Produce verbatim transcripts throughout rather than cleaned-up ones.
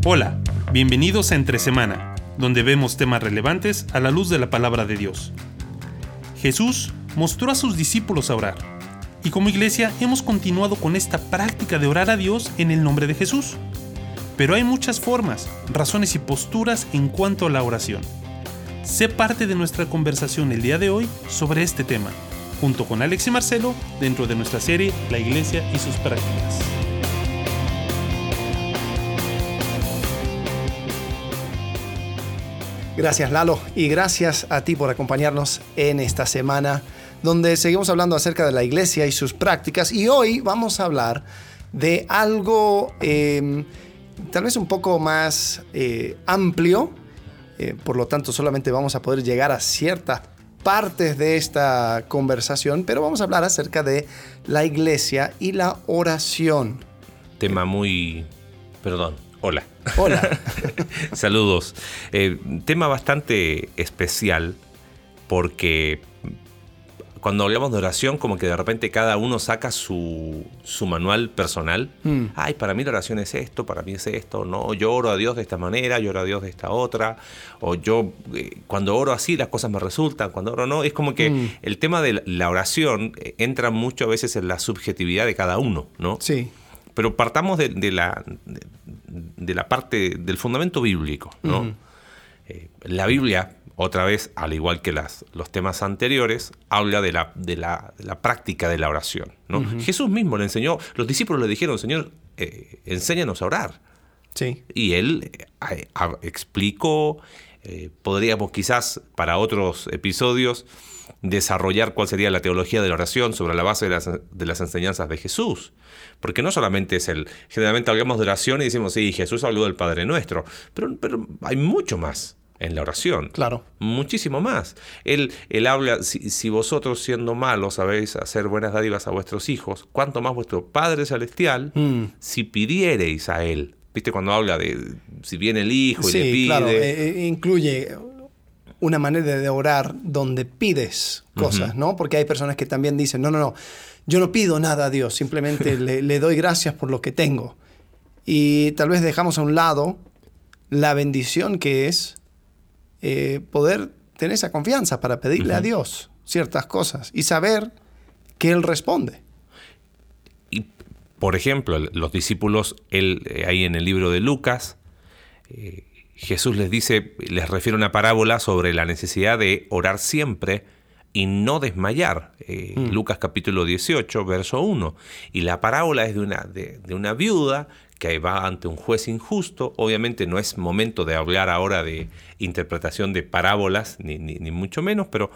Hola, bienvenidos a Entre Semana, donde vemos temas relevantes a la luz de la palabra de Dios. Jesús mostró a sus discípulos a orar, y como iglesia hemos continuado con esta práctica de orar a Dios en el nombre de Jesús. Pero hay muchas formas, razones y posturas en cuanto a la oración. Sé parte de nuestra conversación el día de hoy sobre este tema, junto con Alex y Marcelo, dentro de nuestra serie La Iglesia y sus prácticas. Gracias, Lalo, y gracias a ti por acompañarnos en esta semana donde seguimos hablando acerca de la iglesia y sus prácticas, y hoy vamos a hablar de algo eh, tal vez un poco más eh, amplio, eh, por lo tanto solamente vamos a poder llegar a ciertas partes de esta conversación, pero vamos a hablar acerca de la iglesia y la oración. Tema muy... perdón, hola. Hola. Saludos. Eh, tema bastante especial porque cuando hablamos de oración, como que de repente cada uno saca su, su manual personal. Mm. Ay, para mí la oración es esto, para mí es esto, ¿no? Yo oro a Dios de esta manera, yo oro a Dios de esta otra. O yo, eh, cuando oro así, las cosas me resultan, cuando oro no. Es como que mm. el tema de la oración entra mucho a veces en la subjetividad de cada uno, ¿no? Sí. Pero partamos de, de, la, de, de la parte del fundamento bíblico, ¿no? Uh-huh. Eh, la Biblia, otra vez, al igual que las, los temas anteriores, habla de la, de la, de la práctica de la oración, ¿no? Uh-huh. Jesús mismo le enseñó, los discípulos le dijeron, Señor, eh, enséñanos a orar. Sí. Y él eh, a, explicó, eh, podríamos quizás para otros episodios desarrollar cuál sería la teología de la oración sobre la base de las, de las enseñanzas de Jesús. Porque no solamente es el... Generalmente hablamos de oración y decimos, sí, Jesús habló del Padre Nuestro, pero, pero hay mucho más en la oración. Claro. Muchísimo más. Él, él habla, si, si vosotros siendo malos sabéis hacer buenas dádivas a vuestros hijos, ¿cuánto más vuestro Padre Celestial mm. si pidiereis a Él? ¿Viste cuando habla de si viene el Hijo y sí, le pide? Claro, eh, incluye una manera de orar donde pides cosas, uh-huh. ¿no? Porque hay personas que también dicen, no, no, no, yo no pido nada a Dios, simplemente le, le doy gracias por lo que tengo. Y tal vez dejamos a un lado la bendición que es eh, poder tener esa confianza para pedirle uh-huh. a Dios ciertas cosas y saber que Él responde. Y, por ejemplo, los discípulos, él, ahí en el libro de Lucas, eh, Jesús les dice, les refiere una parábola sobre la necesidad de orar siempre y no desmayar. Eh, mm. Lucas capítulo dieciocho, verso uno. Y la parábola es de una, de, de una viuda que va ante un juez injusto. Obviamente no es momento de hablar ahora de interpretación de parábolas, ni, ni, ni mucho menos, pero...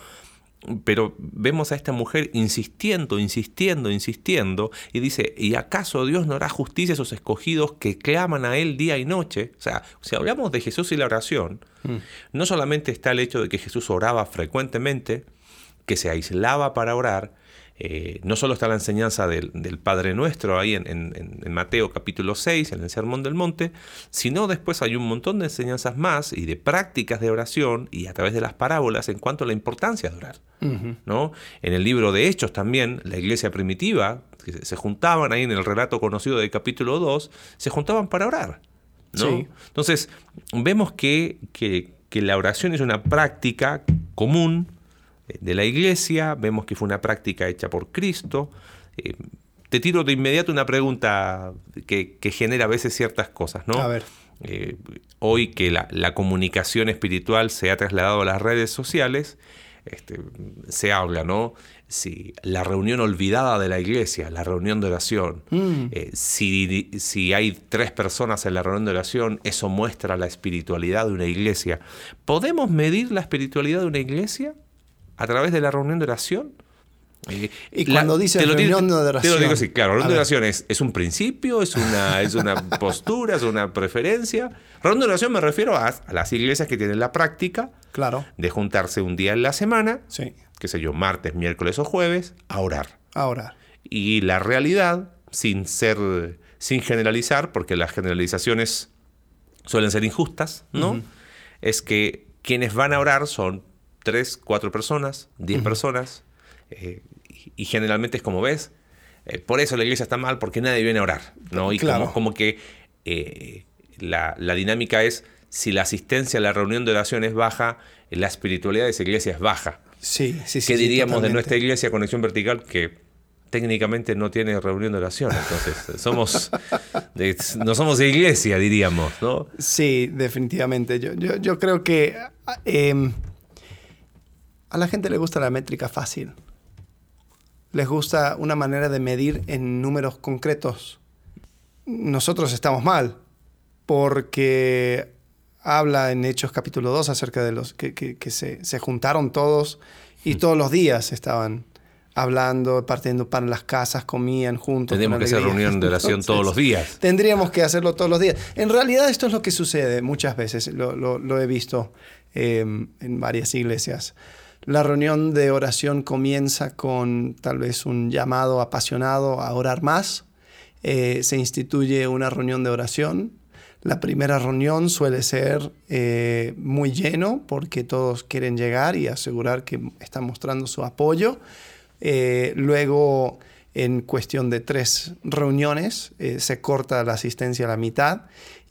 Pero vemos a esta mujer insistiendo, insistiendo, insistiendo, y dice, ¿y acaso Dios no hará justicia a esos escogidos que claman a Él día y noche? O sea, si hablamos de Jesús y la oración, mm. no solamente está el hecho de que Jesús oraba frecuentemente, que se aislaba para orar, eh, no solo está la enseñanza del, del Padre Nuestro ahí en, en, en Mateo capítulo seis, en el Sermón del Monte, sino después hay un montón de enseñanzas más y de prácticas de oración y a través de las parábolas en cuanto a la importancia de orar. Uh-huh. ¿No? En el libro de Hechos también, la iglesia primitiva, que se juntaban ahí en el relato conocido del capítulo dos, se juntaban para orar, ¿no? Sí. Entonces, vemos que, que, que la oración es una práctica común de la iglesia, vemos que fue una práctica hecha por Cristo. Eh, te tiro de inmediato una pregunta que, que genera a veces ciertas cosas, ¿no? A ver. Eh, hoy que la, la comunicación espiritual se ha trasladado a las redes sociales, este, se habla, ¿no? Si la reunión olvidada de la iglesia, la reunión de oración, mm. eh, si, si hay tres personas en la reunión de oración, eso muestra la espiritualidad de una iglesia. ¿Podemos medir la espiritualidad de una iglesia a través de la reunión de oración? Eh, y cuando la, dice reunión de oración... Te lo digo así, claro, reunión de oración es, es un principio, es una, es una postura, es una preferencia. Reunión de oración me refiero a, a las iglesias que tienen la práctica claro. de juntarse un día en la semana, sí. qué sé yo, martes, miércoles o jueves, a orar. A orar. Y la realidad, sin ser, sin generalizar, porque las generalizaciones suelen ser injustas, ¿no? Uh-huh. Es que quienes van a orar son tres, cuatro personas, diez uh-huh. personas, eh, y, y generalmente es como ves, eh, por eso la iglesia está mal, porque nadie viene a orar, ¿no? Y claro. como, como que eh, la, la dinámica es, si la asistencia a la reunión de oración es baja, la espiritualidad de esa iglesia es baja. Sí, sí, sí. ¿Qué sí, diríamos totalmente. de nuestra iglesia Conexión Vertical, que técnicamente no tiene reunión de oración? Entonces, somos de, no somos iglesia, diríamos, ¿no? Sí, definitivamente. Yo, yo, yo creo que eh, a la gente le gusta la métrica fácil. Les gusta una manera de medir en números concretos. Nosotros estamos mal, porque habla en Hechos capítulo dos acerca de los que, que, que se, se juntaron todos y todos los días estaban hablando, partiendo pan en las casas, comían juntos. Tenemos que hacer reunión de oración Entonces, todos los días. Tendríamos que hacerlo todos los días. En realidad esto es lo que sucede muchas veces, lo, lo, lo he visto eh, en varias iglesias. La reunión de oración comienza con tal vez un llamado apasionado a orar más. Eh, se instituye una reunión de oración. La primera reunión suele ser eh, muy lleno porque todos quieren llegar y asegurar que están mostrando su apoyo. Eh, luego, en cuestión de tres reuniones, eh, se corta la asistencia a la mitad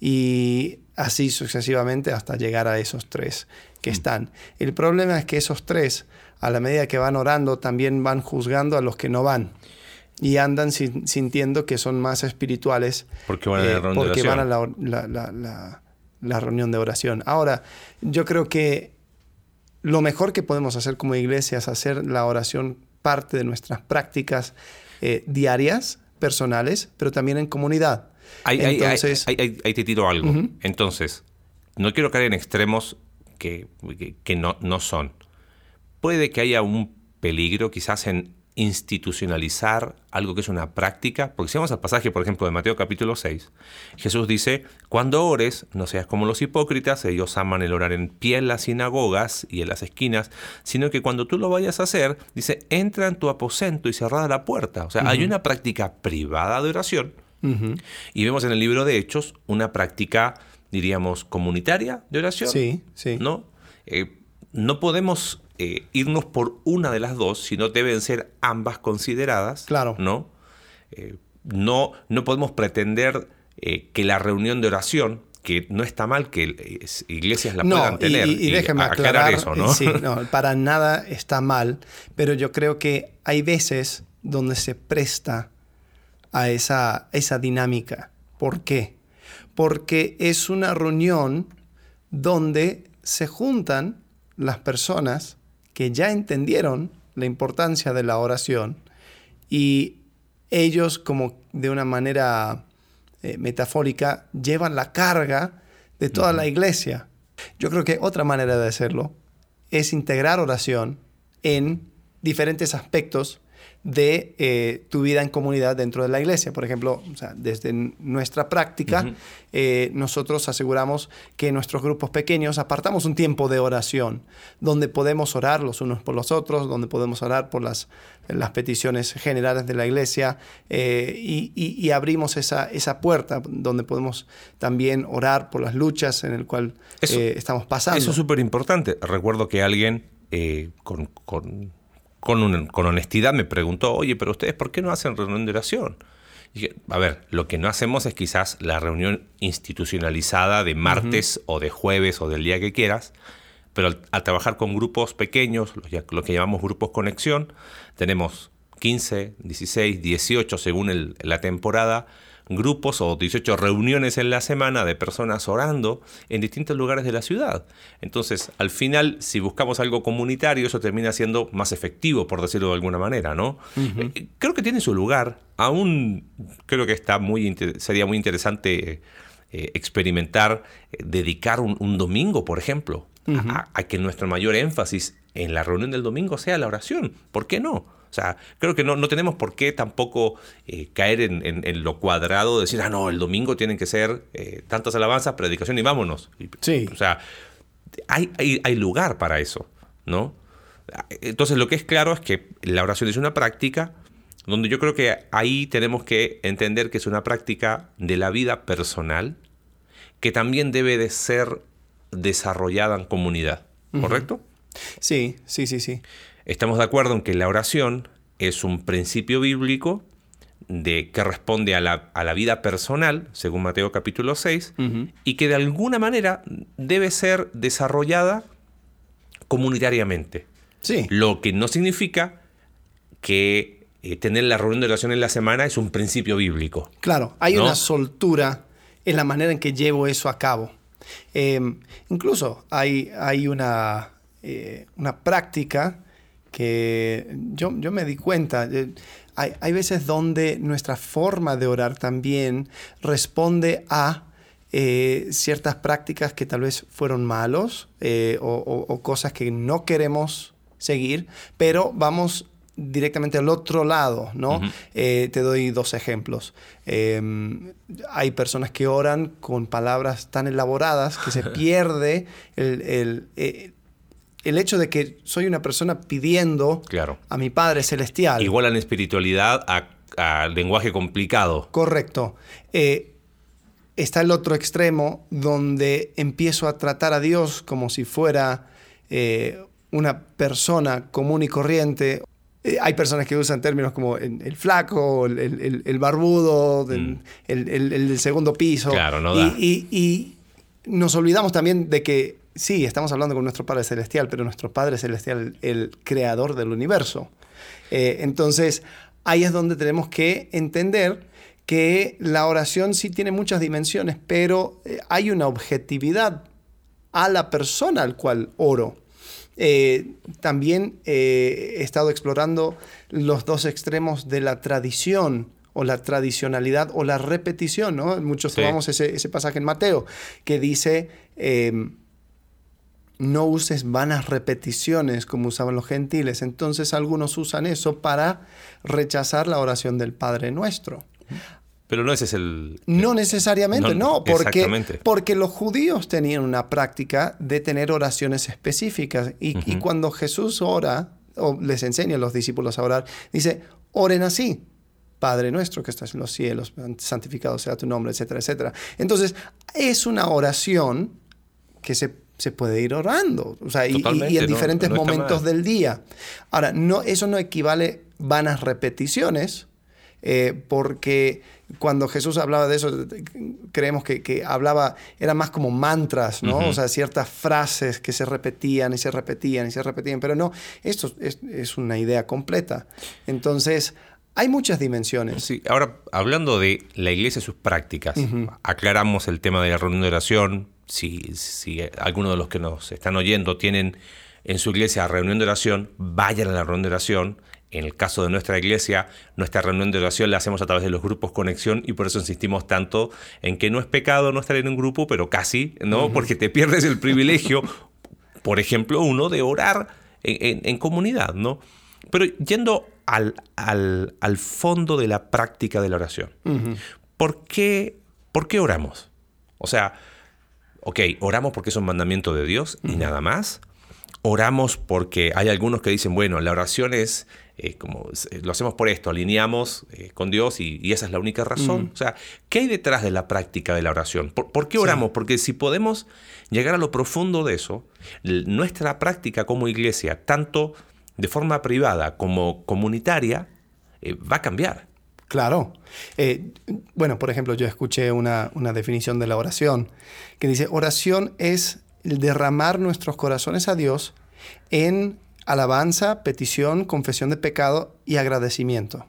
y así sucesivamente hasta llegar a esos tres que están. El problema es que esos tres, a la medida que van orando, también van juzgando a los que no van. Y andan sin, sintiendo que son más espirituales porque van a la, eh, reunión, porque de van a la, la, la, la, la reunión de oración. Ahora, yo creo que lo mejor que podemos hacer como iglesia es hacer la oración parte de nuestras prácticas eh, diarias, personales, pero también en comunidad. Ahí, Entonces, ahí, ahí, ahí, ahí te tiro algo. Uh-huh. Entonces, no quiero caer en extremos que, que, que no, no son. Puede que haya un peligro quizás en institucionalizar algo que es una práctica, porque si vamos al pasaje, por ejemplo, de Mateo capítulo seis, Jesús dice, cuando ores, no seas como los hipócritas, ellos aman el orar en pie en las sinagogas y en las esquinas, sino que cuando tú lo vayas a hacer, dice, entra en tu aposento y cerrada la puerta. O sea, uh-huh. hay una práctica privada de oración, uh-huh. y vemos en el libro de Hechos una práctica, diríamos, comunitaria de oración. Sí, sí. ¿No? Eh, no podemos eh, irnos por una de las dos, sino deben ser ambas consideradas. Claro. ¿No? Eh, no, no podemos pretender eh, que la reunión de oración, que no está mal que eh, iglesias la no, puedan tener. Y, y, y déjeme aclarar, aclarar eso, ¿no? Sí, no, para nada está mal, pero yo creo que hay veces donde se presta a esa, esa dinámica. ¿Por qué? Porque es una reunión donde se juntan las personas que ya entendieron la importancia de la oración y ellos, como de una manera eh, metafórica, llevan la carga de toda uh-huh. la iglesia. Yo creo que otra manera de hacerlo es integrar oración en diferentes aspectos de eh, tu vida en comunidad dentro de la iglesia. Por ejemplo, o sea, desde nuestra práctica, uh-huh. eh, nosotros aseguramos que en nuestros grupos pequeños apartamos un tiempo de oración, donde podemos orar los unos por los otros, donde podemos orar por las, las peticiones generales de la iglesia, eh, y, y, y abrimos esa, esa puerta donde podemos también orar por las luchas en el cual eso, eh, estamos pasando. Eso es súper importante. Recuerdo que alguien eh, con... con... Con, un, con honestidad me preguntó, oye, pero ustedes, ¿por qué no hacen reunión de oración? Y dije, a ver, lo que no hacemos es quizás la reunión institucionalizada de martes uh-huh. o de jueves o del día que quieras, pero al, al trabajar con grupos pequeños, lo, lo que llamamos grupos conexión, tenemos quince, dieciséis, dieciocho según el, la temporada, grupos o dieciocho reuniones en la semana de personas orando en distintos lugares de la ciudad. Entonces, al final, si buscamos algo comunitario, eso termina siendo más efectivo, por decirlo de alguna manera, ¿no? Uh-huh. Eh, creo que tiene su lugar. Aún creo que está muy inter- sería muy interesante eh, experimentar, eh, dedicar un, un domingo, por ejemplo, uh-huh. a, a que nuestro mayor énfasis en la reunión del domingo sea la oración. ¿Por qué no? O sea, creo que no, no tenemos por qué tampoco eh, caer en, en, en lo cuadrado de decir, ah, no, el domingo tienen que ser eh, tantas alabanzas, predicación y vámonos. Sí. O sea, hay, hay, hay lugar para eso, ¿no? Entonces, lo que es claro es que la oración es una práctica donde yo creo que ahí tenemos que entender que es una práctica de la vida personal que también debe de ser desarrollada en comunidad, ¿correcto? Uh-huh. Sí, sí, sí, sí. Estamos de acuerdo en que la oración es un principio bíblico de, que responde a la, a la vida personal, según Mateo capítulo seis, Uh-huh. y que de alguna manera debe ser desarrollada comunitariamente. Sí. Lo que no significa que eh, tener la reunión de oración en la semana es un principio bíblico. Claro, hay ¿no? una soltura en la manera en que llevo eso a cabo. Eh, incluso hay, hay una, eh, una práctica que yo, yo me di cuenta. Eh, hay, hay veces donde nuestra forma de orar también responde a eh, ciertas prácticas que tal vez fueron malos eh, o, o, o cosas que no queremos seguir, pero vamos directamente al otro lado, ¿no? Uh-huh. Eh, te doy dos ejemplos. Eh, hay personas que oran con palabras tan elaboradas que se pierde el, el, el, el hecho de que soy una persona pidiendo Claro. a mi Padre Celestial. Igualan espiritualidad a, a lenguaje complicado. Correcto. Eh, está el otro extremo donde empiezo a tratar a Dios como si fuera eh, una persona común y corriente. Eh, hay personas que usan términos como el, el flaco, el, el, el barbudo, mm. el, el, el, el del segundo piso. Claro, no da. Y, y, y nos olvidamos también de que sí, estamos hablando con nuestro Padre Celestial, pero nuestro Padre Celestial es el creador del universo. Eh, entonces, ahí es donde tenemos que entender que la oración sí tiene muchas dimensiones, pero eh, hay una objetividad a la persona al cual oro. Eh, también eh, he estado explorando los dos extremos de la tradición o la tradicionalidad o la repetición, ¿no? Muchos sí. tomamos ese, ese pasaje en Mateo que dice eh, no uses vanas repeticiones como usaban los gentiles. Entonces algunos usan eso para rechazar la oración del Padre Nuestro. Pero no ese es el... No necesariamente, no, no porque, exactamente. porque los judíos tenían una práctica de tener oraciones específicas y, uh-huh. y cuando Jesús ora, o les enseña a los discípulos a orar, dice, oren así, Padre nuestro que estás en los cielos, santificado sea tu nombre, etcétera, etcétera. Entonces, es una oración que se, se puede ir orando, o sea, y, y en diferentes no, no momentos del día. Ahora, no, eso no equivale a vanas repeticiones, eh, porque cuando Jesús hablaba de eso, creemos que, que hablaba, eran más como mantras, ¿no? Uh-huh. O sea, ciertas frases que se repetían y se repetían y se repetían, pero no, esto es, es una idea completa. Entonces, hay muchas dimensiones. Sí, ahora, hablando de la iglesia y sus prácticas, uh-huh. aclaramos el tema de la reunión de oración. Si, si alguno de los que nos están oyendo tienen en su iglesia reunión de oración, vayan a la reunión de oración. En el caso de nuestra iglesia, nuestra reunión de oración la hacemos a través de los grupos Conexión y por eso insistimos tanto en que no es pecado no estar en un grupo, pero casi, ¿no? Uh-huh. Porque te pierdes el privilegio, por ejemplo, uno de orar en, en, en comunidad, ¿no? Pero yendo al, al, al fondo de la práctica de la oración, uh-huh. ¿por qué, ¿por qué oramos? O sea, ok, oramos porque es un mandamiento de Dios uh-huh. y nada más. Oramos porque hay algunos que dicen, bueno, la oración es... Eh, como lo hacemos por esto, alineamos eh, con Dios y, y esa es la única razón. Mm. O sea, ¿qué hay detrás de la práctica de la oración? ¿Por, ¿por qué oramos? Sí. Porque si podemos llegar a lo profundo de eso, nuestra práctica como iglesia, tanto de forma privada como comunitaria, eh, va a cambiar. Claro. Eh, bueno, por ejemplo, yo escuché una, una definición de la oración que dice, oración es el derramar nuestros corazones a Dios en alabanza, petición, confesión de pecado y agradecimiento.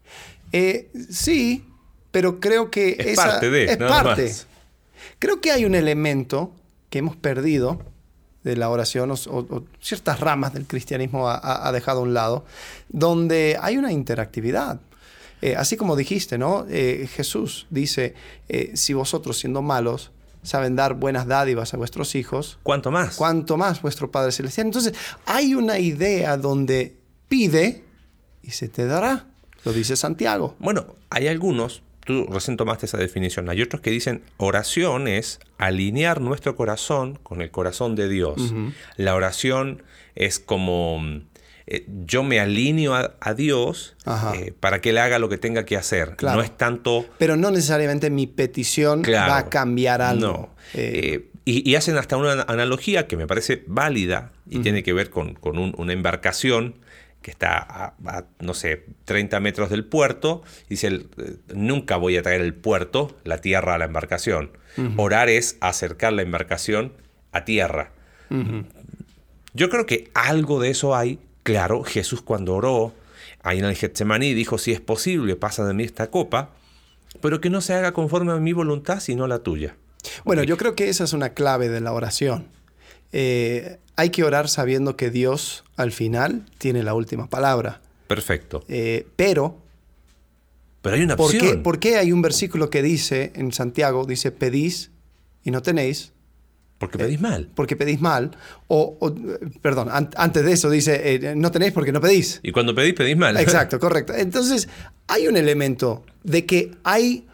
Eh, sí, pero creo que es esa parte de, es nada parte. Más. Creo que hay un elemento que hemos perdido de la oración o, o, o ciertas ramas del cristianismo ha, ha dejado a un lado, donde hay una interactividad. Eh, así como dijiste, ¿no? Eh, Jesús dice, eh, si vosotros siendo malos saben dar buenas dádivas a vuestros hijos, ¿cuánto más? ¿Cuánto más vuestro Padre Celestial? Entonces, hay una idea donde pide y se te dará. Lo dice Santiago. Bueno, hay algunos, tú recién tomaste esa definición, hay otros que dicen oración es alinear nuestro corazón con el corazón de Dios. Uh-huh. La oración es como... Eh, yo me alineo a, a Dios eh, para que Él haga lo que tenga que hacer. Claro. No es tanto... Pero no necesariamente mi petición claro. va a cambiar algo. No. Eh, eh, y, y hacen hasta una analogía que me parece válida y uh-huh. tiene que ver con, con un, una embarcación que está a, a, no sé, treinta metros del puerto, dice, nunca voy a traer el puerto, la tierra a la embarcación. Uh-huh. Orar es acercar la embarcación a tierra. Uh-huh. Yo creo que algo de eso hay. Claro, Jesús cuando oró ahí en el Getsemaní dijo, si es posible, pasa de mí esta copa, pero que no se haga conforme a mi voluntad, sino la tuya. Bueno, okay. Yo creo que esa es una clave de la oración. Eh, hay que orar sabiendo que Dios al final tiene la última palabra. Perfecto. Eh, pero... Pero hay una ¿por opción. qué, ¿Por qué hay un versículo que dice, en Santiago, dice, pedís y no tenéis? Porque pedís mal. Eh, porque pedís mal. O, o perdón, an- antes de eso dice, eh, no tenéis porque no pedís. Y cuando pedís, pedís mal. Exacto, correcto. Entonces, hay un elemento de que hay,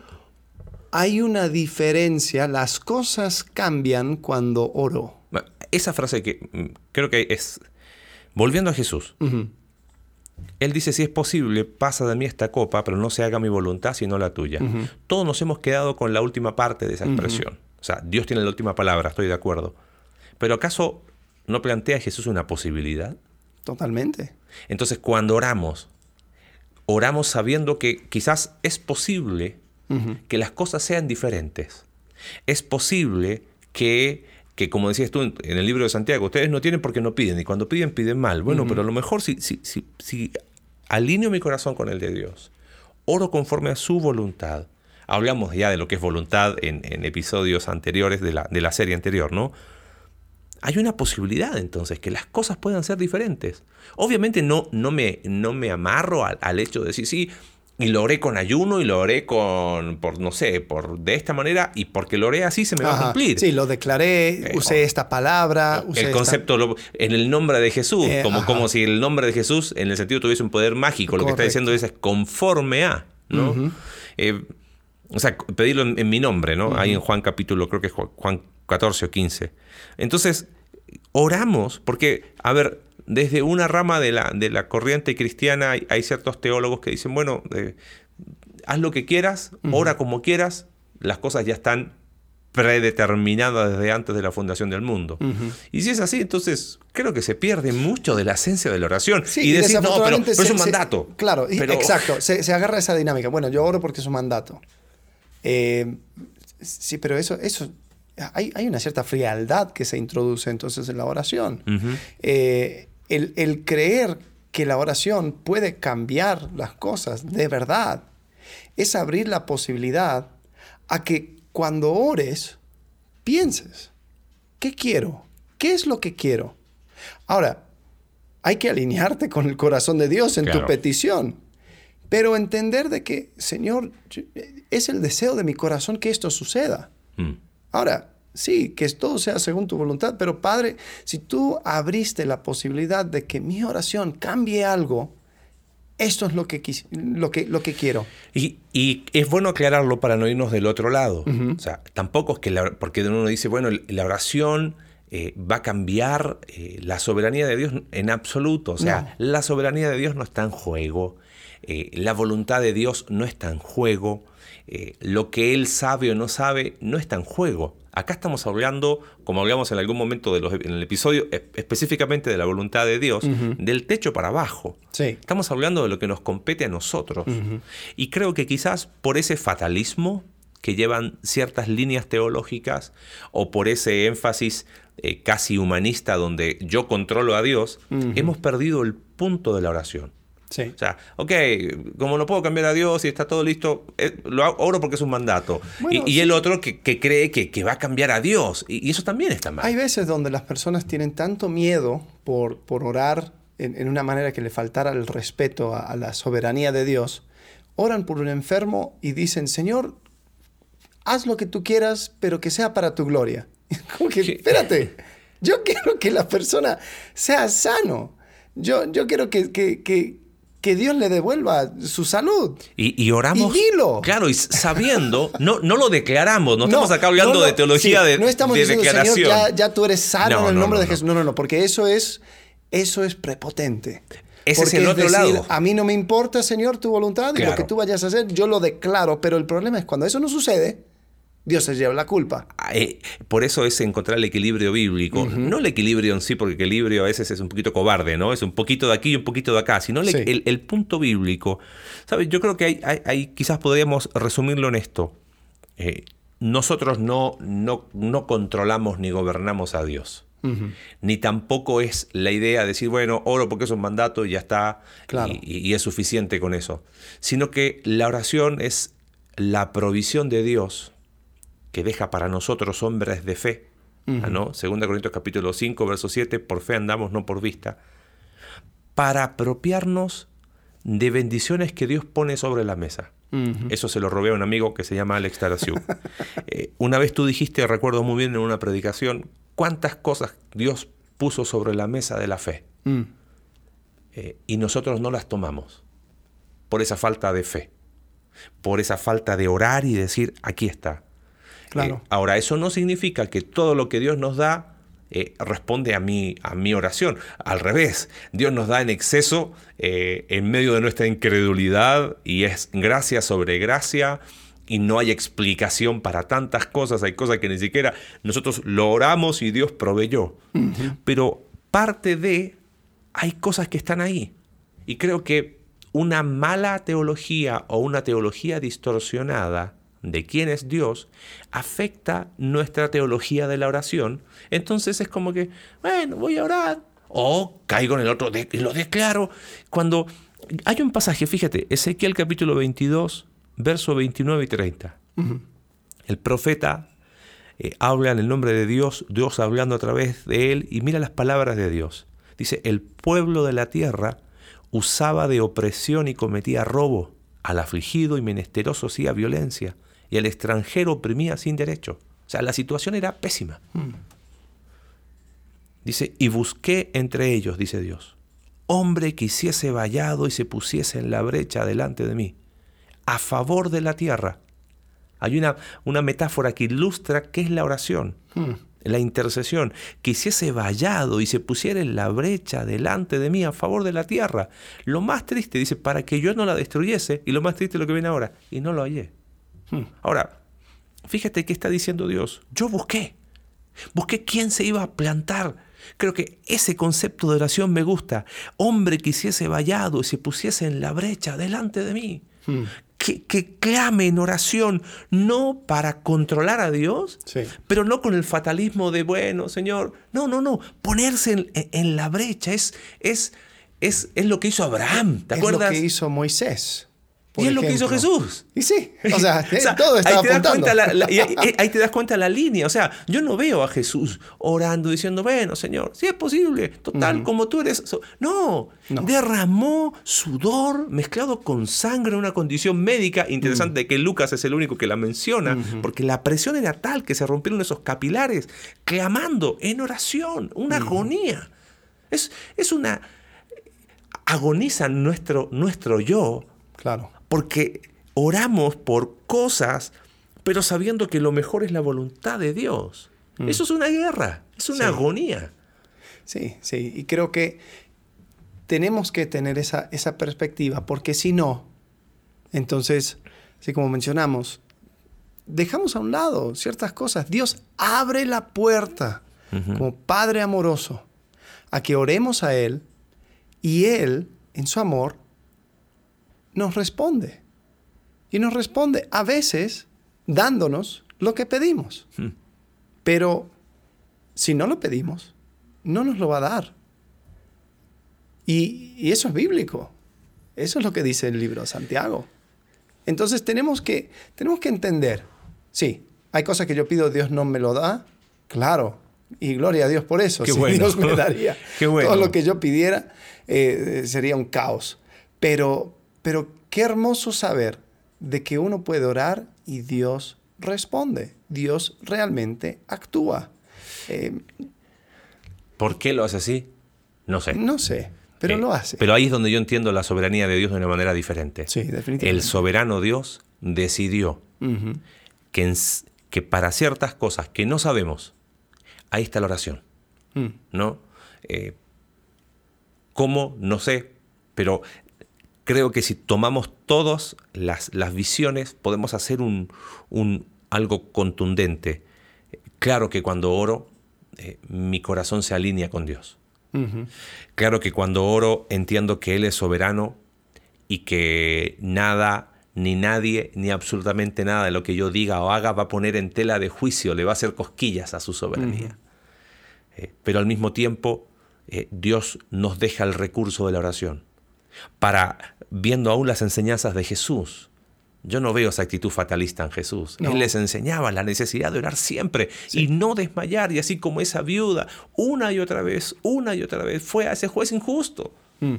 hay una diferencia. Las cosas cambian cuando oro. Esa frase que creo que es... Volviendo a Jesús. Uh-huh. Él dice, si es posible, pasa de mí esta copa, pero no se haga mi voluntad, sino la tuya. Uh-huh. Todos nos hemos quedado con la última parte de esa expresión. Uh-huh. O sea, Dios tiene la última palabra, estoy de acuerdo. Pero ¿acaso no plantea Jesús una posibilidad? Totalmente. Entonces, cuando oramos, oramos sabiendo que quizás es posible uh-huh. que las cosas sean diferentes. Es posible que, que, como decías tú en el libro de Santiago, ustedes no tienen porque no piden, y cuando piden, piden mal. Bueno, uh-huh. pero a lo mejor si, si, si, si alineo mi corazón con el de Dios, oro conforme a su voluntad. Hablamos ya de lo que es voluntad en, en episodios anteriores de la, de la serie anterior, ¿no? Hay una posibilidad entonces que las cosas puedan ser diferentes. Obviamente no, no, me, no me amarro al, al hecho de decir, sí, y lo oré con ayuno y lo oré con, por no sé, por de esta manera, y porque lo oré así se me Ajá, va a cumplir. Sí, lo declaré, eh, usé oh, esta palabra. Usé el concepto esta... lo, en el nombre de Jesús, eh, como, como si el nombre de Jesús en el sentido tuviese un poder mágico. Correcto. Lo que está diciendo es, es conforme a, ¿no? Uh-huh. Eh, O sea, pedirlo en, en mi nombre, ¿no? Uh-huh. Ahí en Juan capítulo, creo que es Juan catorce o quince. Entonces, oramos, porque, a ver, desde una rama de la, de la corriente cristiana hay, hay ciertos teólogos que dicen, bueno, eh, haz lo que quieras, uh-huh. ora como quieras, las cosas ya están predeterminadas desde antes de la fundación del mundo. Uh-huh. Y si es así, entonces creo que se pierde mucho de la esencia de la oración. Sí, y, y decir, no, pero, pero se, es un mandato. Se, claro, pero... exacto. Se, se agarra esa dinámica. Bueno, yo oro porque es un mandato. Eh, sí, pero eso, eso hay, hay una cierta frialdad que se introduce entonces en la oración. Uh-huh. Eh, el, el creer que la oración puede cambiar las cosas de verdad es abrir la posibilidad a que cuando ores pienses, ¿qué quiero? ¿Qué es lo que quiero? Ahora, hay que alinearte con el corazón de Dios en claro. tu petición. Pero entender de que, Señor, es el deseo de mi corazón que esto suceda. Mm. Ahora, sí, que todo sea según tu voluntad, pero Padre, si tú abriste la posibilidad de que mi oración cambie algo, esto es lo que, lo que, lo que quiero. Y, y es bueno aclararlo para no irnos del otro lado. Uh-huh. O sea, tampoco es que, la, porque uno dice, bueno, la oración eh, va a cambiar eh, la soberanía de Dios en absoluto. O sea, no. La soberanía de Dios no está en juego. Eh, la voluntad de Dios no está en juego, eh, lo que Él sabe o no sabe no está en juego. Acá estamos hablando, como hablamos en algún momento de los, en el episodio, específicamente de la voluntad de Dios, uh-huh. del techo para abajo. Sí. Estamos hablando de lo que nos compete a nosotros. Uh-huh. Y creo que quizás por ese fatalismo que llevan ciertas líneas teológicas o por ese énfasis eh, casi humanista donde yo controlo a Dios, uh-huh. hemos perdido el punto de la oración. Sí. O sea, ok, como no puedo cambiar a Dios y está todo listo, eh, lo hago, oro porque es un mandato. Bueno, y, y sí. el otro que, que cree que, que va a cambiar a Dios. Y, y eso también está mal. Hay veces donde las personas tienen tanto miedo por, por orar en, en una manera que le faltara el respeto a, a la soberanía de Dios. Oran por un enfermo y dicen, Señor, haz lo que tú quieras, pero que sea para tu gloria. Como que, espérate, yo quiero que la persona sea sano. Yo, yo quiero que... que, que que Dios le devuelva su salud. Y, y oramos. Y dilo. Claro, y sabiendo, no, no lo declaramos. No, no estamos acá hablando no, no, de teología sí, de, no estamos de diciendo, declaración. Señor, ya, ya tú eres sano no, en el no, nombre no, de Jesús. No, no, no, porque eso es, eso es prepotente. Ese porque es el otro es decir, lado. A mí no me importa, Señor, tu voluntad, claro. Y lo que tú vayas a hacer, yo lo declaro. Pero el problema es cuando eso no sucede, Dios se lleva la culpa. Eh, por eso es encontrar el equilibrio bíblico. Uh-huh. No el equilibrio en sí, porque el equilibrio a veces es un poquito cobarde, ¿no? Es un poquito de aquí y un poquito de acá, sino sí. el, el, el punto bíblico. ¿Sabes? Yo creo que hay, hay, hay, quizás podríamos resumirlo en esto. Eh, nosotros no, no, no controlamos ni gobernamos a Dios. Uh-huh. Ni tampoco es la idea de decir, bueno, oro porque es un mandato y ya está, claro. y, y es suficiente con eso. Sino que la oración es la provisión de Dios que deja para nosotros hombres de fe, uh-huh. ¿no? Segunda Corintios capítulo cinco, verso siete, por fe andamos, no por vista, para apropiarnos de bendiciones que Dios pone sobre la mesa. Uh-huh. Eso se lo robé a un amigo que se llama Alex Tarasiuk. eh, una vez tú dijiste, recuerdo muy bien en una predicación, cuántas cosas Dios puso sobre la mesa de la fe. Uh-huh. eh, y nosotros no las tomamos por esa falta de fe, por esa falta de orar y decir, aquí está. Claro. Eh, ahora, eso no significa que todo lo que Dios nos da eh, responde a mi, a mi oración. Al revés, Dios nos da en exceso eh, en medio de nuestra incredulidad y es gracia sobre gracia y no hay explicación para tantas cosas. Hay cosas que ni siquiera nosotros lo oramos y Dios proveyó. Uh-huh. Pero parte de, hay cosas que están ahí. Y creo que una mala teología o una teología distorsionada de quién es Dios, afecta nuestra teología de la oración. Entonces es como que, bueno, voy a orar, o caigo en el otro y lo declaro. Cuando hay un pasaje, fíjate, Ezequiel capítulo veintidós, versos veintinueve y treinta. Uh-huh. El profeta eh, habla en el nombre de Dios, Dios hablando a través de él, y mira las palabras de Dios. Dice, el pueblo de la tierra usaba de opresión y cometía robo, al afligido y menesteroso hacía violencia, y al extranjero oprimía sin derecho. O sea, la situación era pésima. Hmm. Dice, y busqué entre ellos, dice Dios, hombre que hiciese vallado y se pusiese en la brecha delante de mí, a favor de la tierra. Hay una, una metáfora que ilustra qué es la oración, hmm. la intercesión, que hiciese vallado y se pusiera en la brecha delante de mí a favor de la tierra. Lo más triste, dice, para que yo no la destruyese, y lo más triste es lo que viene ahora, y no lo hallé. Hmm. Ahora, fíjate qué está diciendo Dios. Yo busqué, busqué quién se iba a plantar. Creo que ese concepto de oración me gusta. Hombre que hiciese vallado y se pusiese en la brecha delante de mí. Hmm. Que, que clame en oración, no para controlar a Dios, sí. pero no con el fatalismo de, bueno, Señor, no, no, no, ponerse en, en la brecha, es, es, es, es lo que hizo Abraham, ¿te es acuerdas? Es lo que hizo Moisés. Y es ejemplo. Lo que hizo Jesús. Y sí, o sea, o sea todo está ahí te apuntando. Das cuenta la, la, y ahí, ahí te das cuenta la línea. O sea, yo no veo a Jesús orando diciendo, bueno, Señor, si es posible, total, uh-huh. como tú eres. No, no, derramó sudor mezclado con sangre en una condición médica. Interesante uh-huh. que Lucas es el único que la menciona, uh-huh. porque la presión era tal que se rompieron esos capilares, clamando en oración, una uh-huh. agonía. Es, es una... Agoniza nuestro, nuestro yo. Claro. Porque oramos por cosas, pero sabiendo que lo mejor es la voluntad de Dios. Mm. Eso es una guerra, es una sí. agonía. Sí, sí. Y creo que tenemos que tener esa, esa perspectiva, porque si no, entonces, así como mencionamos, dejamos a un lado ciertas cosas. Dios abre la puerta uh-huh. como Padre amoroso a que oremos a Él y Él, en su amor, nos responde. Y nos responde a veces dándonos lo que pedimos. Hmm. Pero si no lo pedimos, no nos lo va a dar. Y, y eso es bíblico. Eso es lo que dice el libro de Santiago. Entonces tenemos que, tenemos que entender. Sí, hay cosas que yo pido, Dios no me lo da. Claro. Y gloria a Dios por eso. Qué si bueno. Dios me daría Qué bueno. todo lo que yo pidiera, eh, sería un caos. Pero... Pero qué hermoso saber de que uno puede orar y Dios responde. Dios realmente actúa. Eh, ¿Por qué lo hace así? No sé. No sé, pero eh, lo hace. Pero ahí es donde yo entiendo la soberanía de Dios de una manera diferente. Sí, definitivamente. El soberano Dios decidió uh-huh. que, en, que para ciertas cosas que no sabemos, ahí está la oración. Uh. ¿No? Eh, ¿Cómo? No sé, pero... Creo que si tomamos todas las, las visiones, podemos hacer un, un, algo contundente. Claro que cuando oro, eh, mi corazón se alinea con Dios. Uh-huh. Claro que cuando oro entiendo que Él es soberano y que nada, ni nadie, ni absolutamente nada de lo que yo diga o haga va a poner en tela de juicio, le va a hacer cosquillas a su soberanía. Uh-huh. Eh, pero al mismo tiempo, eh, Dios nos deja el recurso de la oración para, viendo aún las enseñanzas de Jesús. Yo no veo esa actitud fatalista en Jesús. No. Él les enseñaba la necesidad de orar siempre, sí, y no desmayar. Y así como esa viuda, una y otra vez, una y otra vez, fue a ese juez injusto. Mm.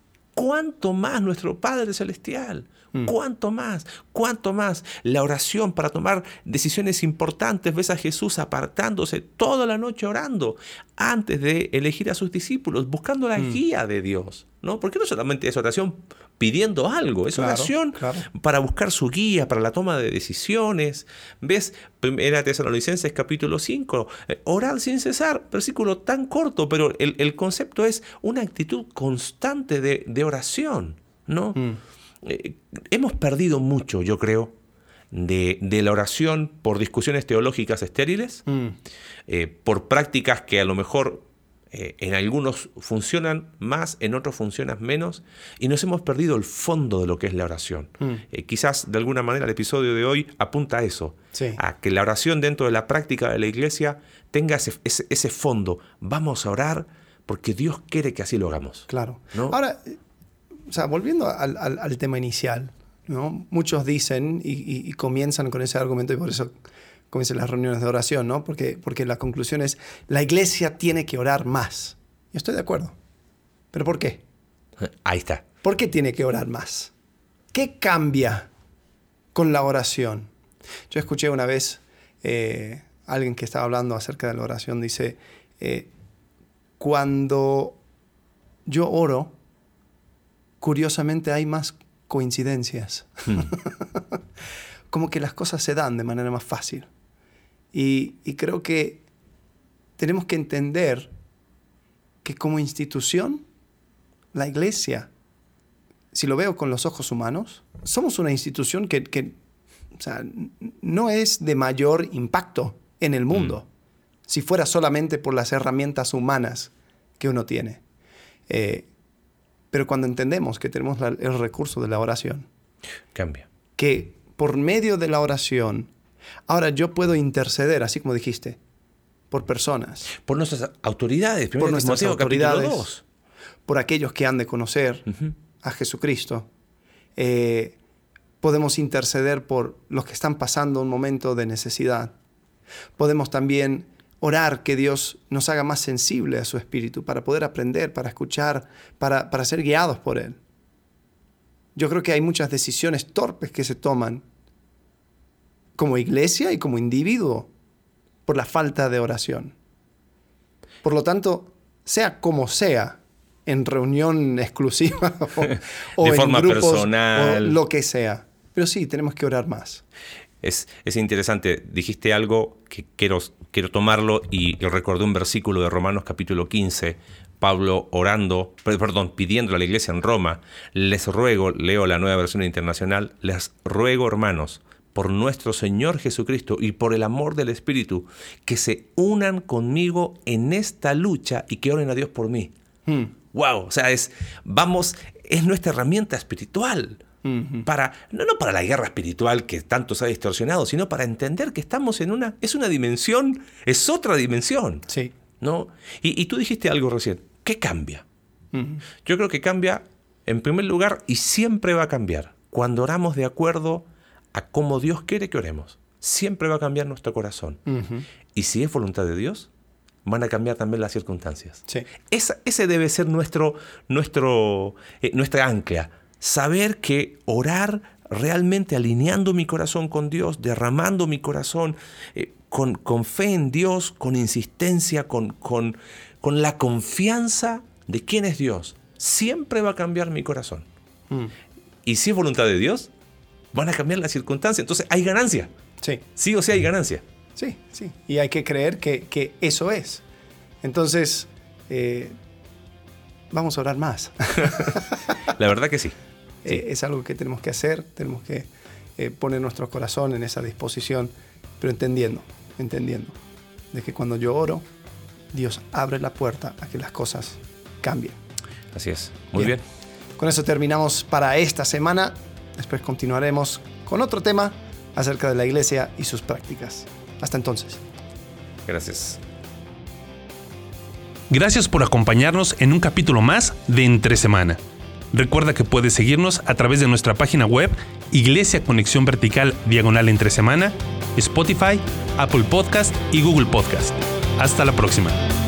¿Cuánto más nuestro Padre Celestial? Mm. ¿Cuánto más? ¿Cuánto más? La oración para tomar decisiones importantes. Ves a Jesús apartándose toda la noche orando antes de elegir a sus discípulos, buscando la mm. guía de Dios, ¿no? Porque no solamente es oración pidiendo algo, es claro, oración claro. para buscar su guía, para la toma de decisiones. ¿Ves? Primera Tesalonicenses capítulo cinco, eh, orar sin cesar, versículo tan corto, pero el, el concepto es una actitud constante de, de oración, ¿no? Mm. Eh, hemos perdido mucho, yo creo, de, de la oración por discusiones teológicas estériles, mm. eh, por prácticas que a lo mejor Eh, en algunos funcionan más, en otros funcionan menos, y nos hemos perdido el fondo de lo que es la oración. Mm. Eh, quizás de alguna manera el episodio de hoy apunta a eso, sí, a que la oración dentro de la práctica de la iglesia tenga ese, ese, ese fondo. Vamos a orar porque Dios quiere que así lo hagamos. Claro. ¿No? Ahora, o sea, volviendo al, al, al tema inicial, ¿no? Muchos dicen y, y, y comienzan con ese argumento, y por eso comienzan las reuniones de oración, ¿no? Porque, porque la conclusión es, la iglesia tiene que orar más. Yo estoy de acuerdo. ¿Pero por qué? Ahí está. ¿Por qué tiene que orar más? ¿Qué cambia con la oración? Yo escuché una vez eh, alguien que estaba hablando acerca de la oración, dice, eh, cuando yo oro, curiosamente hay más coincidencias. Hmm. Como que las cosas se dan de manera más fácil. Y, y creo que tenemos que entender que como institución, la iglesia, si lo veo con los ojos humanos, somos una institución que, que o sea, no es de mayor impacto en el mundo, mm. si fuera solamente por las herramientas humanas que uno tiene. Eh, pero cuando entendemos que tenemos la, el recurso de la oración, cambia. Que por medio de la oración, ahora yo puedo interceder, así como dijiste, por personas. Por nuestras autoridades. Por nuestras autoridades. dos. Por aquellos que han de conocer uh-huh. a Jesucristo. Eh, podemos interceder por los que están pasando un momento de necesidad. Podemos también orar que Dios nos haga más sensible a su espíritu para poder aprender, para escuchar, para, para ser guiados por Él. Yo creo que hay muchas decisiones torpes que se toman como iglesia y como individuo por la falta de oración. Por lo tanto, sea como sea, en reunión exclusiva o, o de en forma grupos personal, o lo que sea. Pero sí, tenemos que orar más. Es, es interesante. Dijiste algo que quiero, quiero tomarlo y recordé un versículo de Romanos capítulo quince. Pablo orando, perdón, pidiendo a la iglesia en Roma, les ruego, leo la Nueva Versión Internacional, les ruego, hermanos, por nuestro Señor Jesucristo y por el amor del Espíritu, que se unan conmigo en esta lucha y que oren a Dios por mí. Hmm. Wow, o sea, es, vamos, es nuestra herramienta espiritual. Uh-huh. Para, no, no para la guerra espiritual que tanto se ha distorsionado, sino para entender que estamos en una, es una dimensión, es otra dimensión. Sí. ¿No? Y, y tú dijiste algo recién. ¿Qué cambia? Uh-huh. Yo creo que cambia, en primer lugar, y siempre va a cambiar, cuando oramos de acuerdo a cómo Dios quiere que oremos. Siempre va a cambiar nuestro corazón. Uh-huh. Y si es voluntad de Dios, van a cambiar también las circunstancias. Sí. Esa, ese debe ser nuestro, nuestro, eh, nuestra ancla. Saber que orar realmente alineando mi corazón con Dios, derramando mi corazón eh, con, con fe en Dios, con insistencia, con, con, con la confianza de quién es Dios, siempre va a cambiar mi corazón. Mm. Y si es voluntad de Dios, van a cambiar las circunstancias. Entonces hay ganancia. Sí. Sí o sí hay ganancia. Sí, sí. Y hay que creer que, que eso es. Entonces, eh, vamos a orar más. La verdad que sí. Sí. Eh, es algo que tenemos que hacer, tenemos que eh, poner nuestro corazón en esa disposición pero entendiendo, entendiendo de que cuando yo oro, Dios abre la puerta a que las cosas cambien. Así es. Muy bien. bien. Con eso terminamos para esta semana. Después continuaremos con otro tema acerca de la iglesia y sus prácticas. Hasta entonces. Gracias. Gracias por acompañarnos en un capítulo más de Entre Semana. Recuerda que puedes seguirnos a través de nuestra página web Iglesia Conexión Vertical Diagonal Entre Semana, Spotify, Apple Podcast y Google Podcast. Hasta la próxima.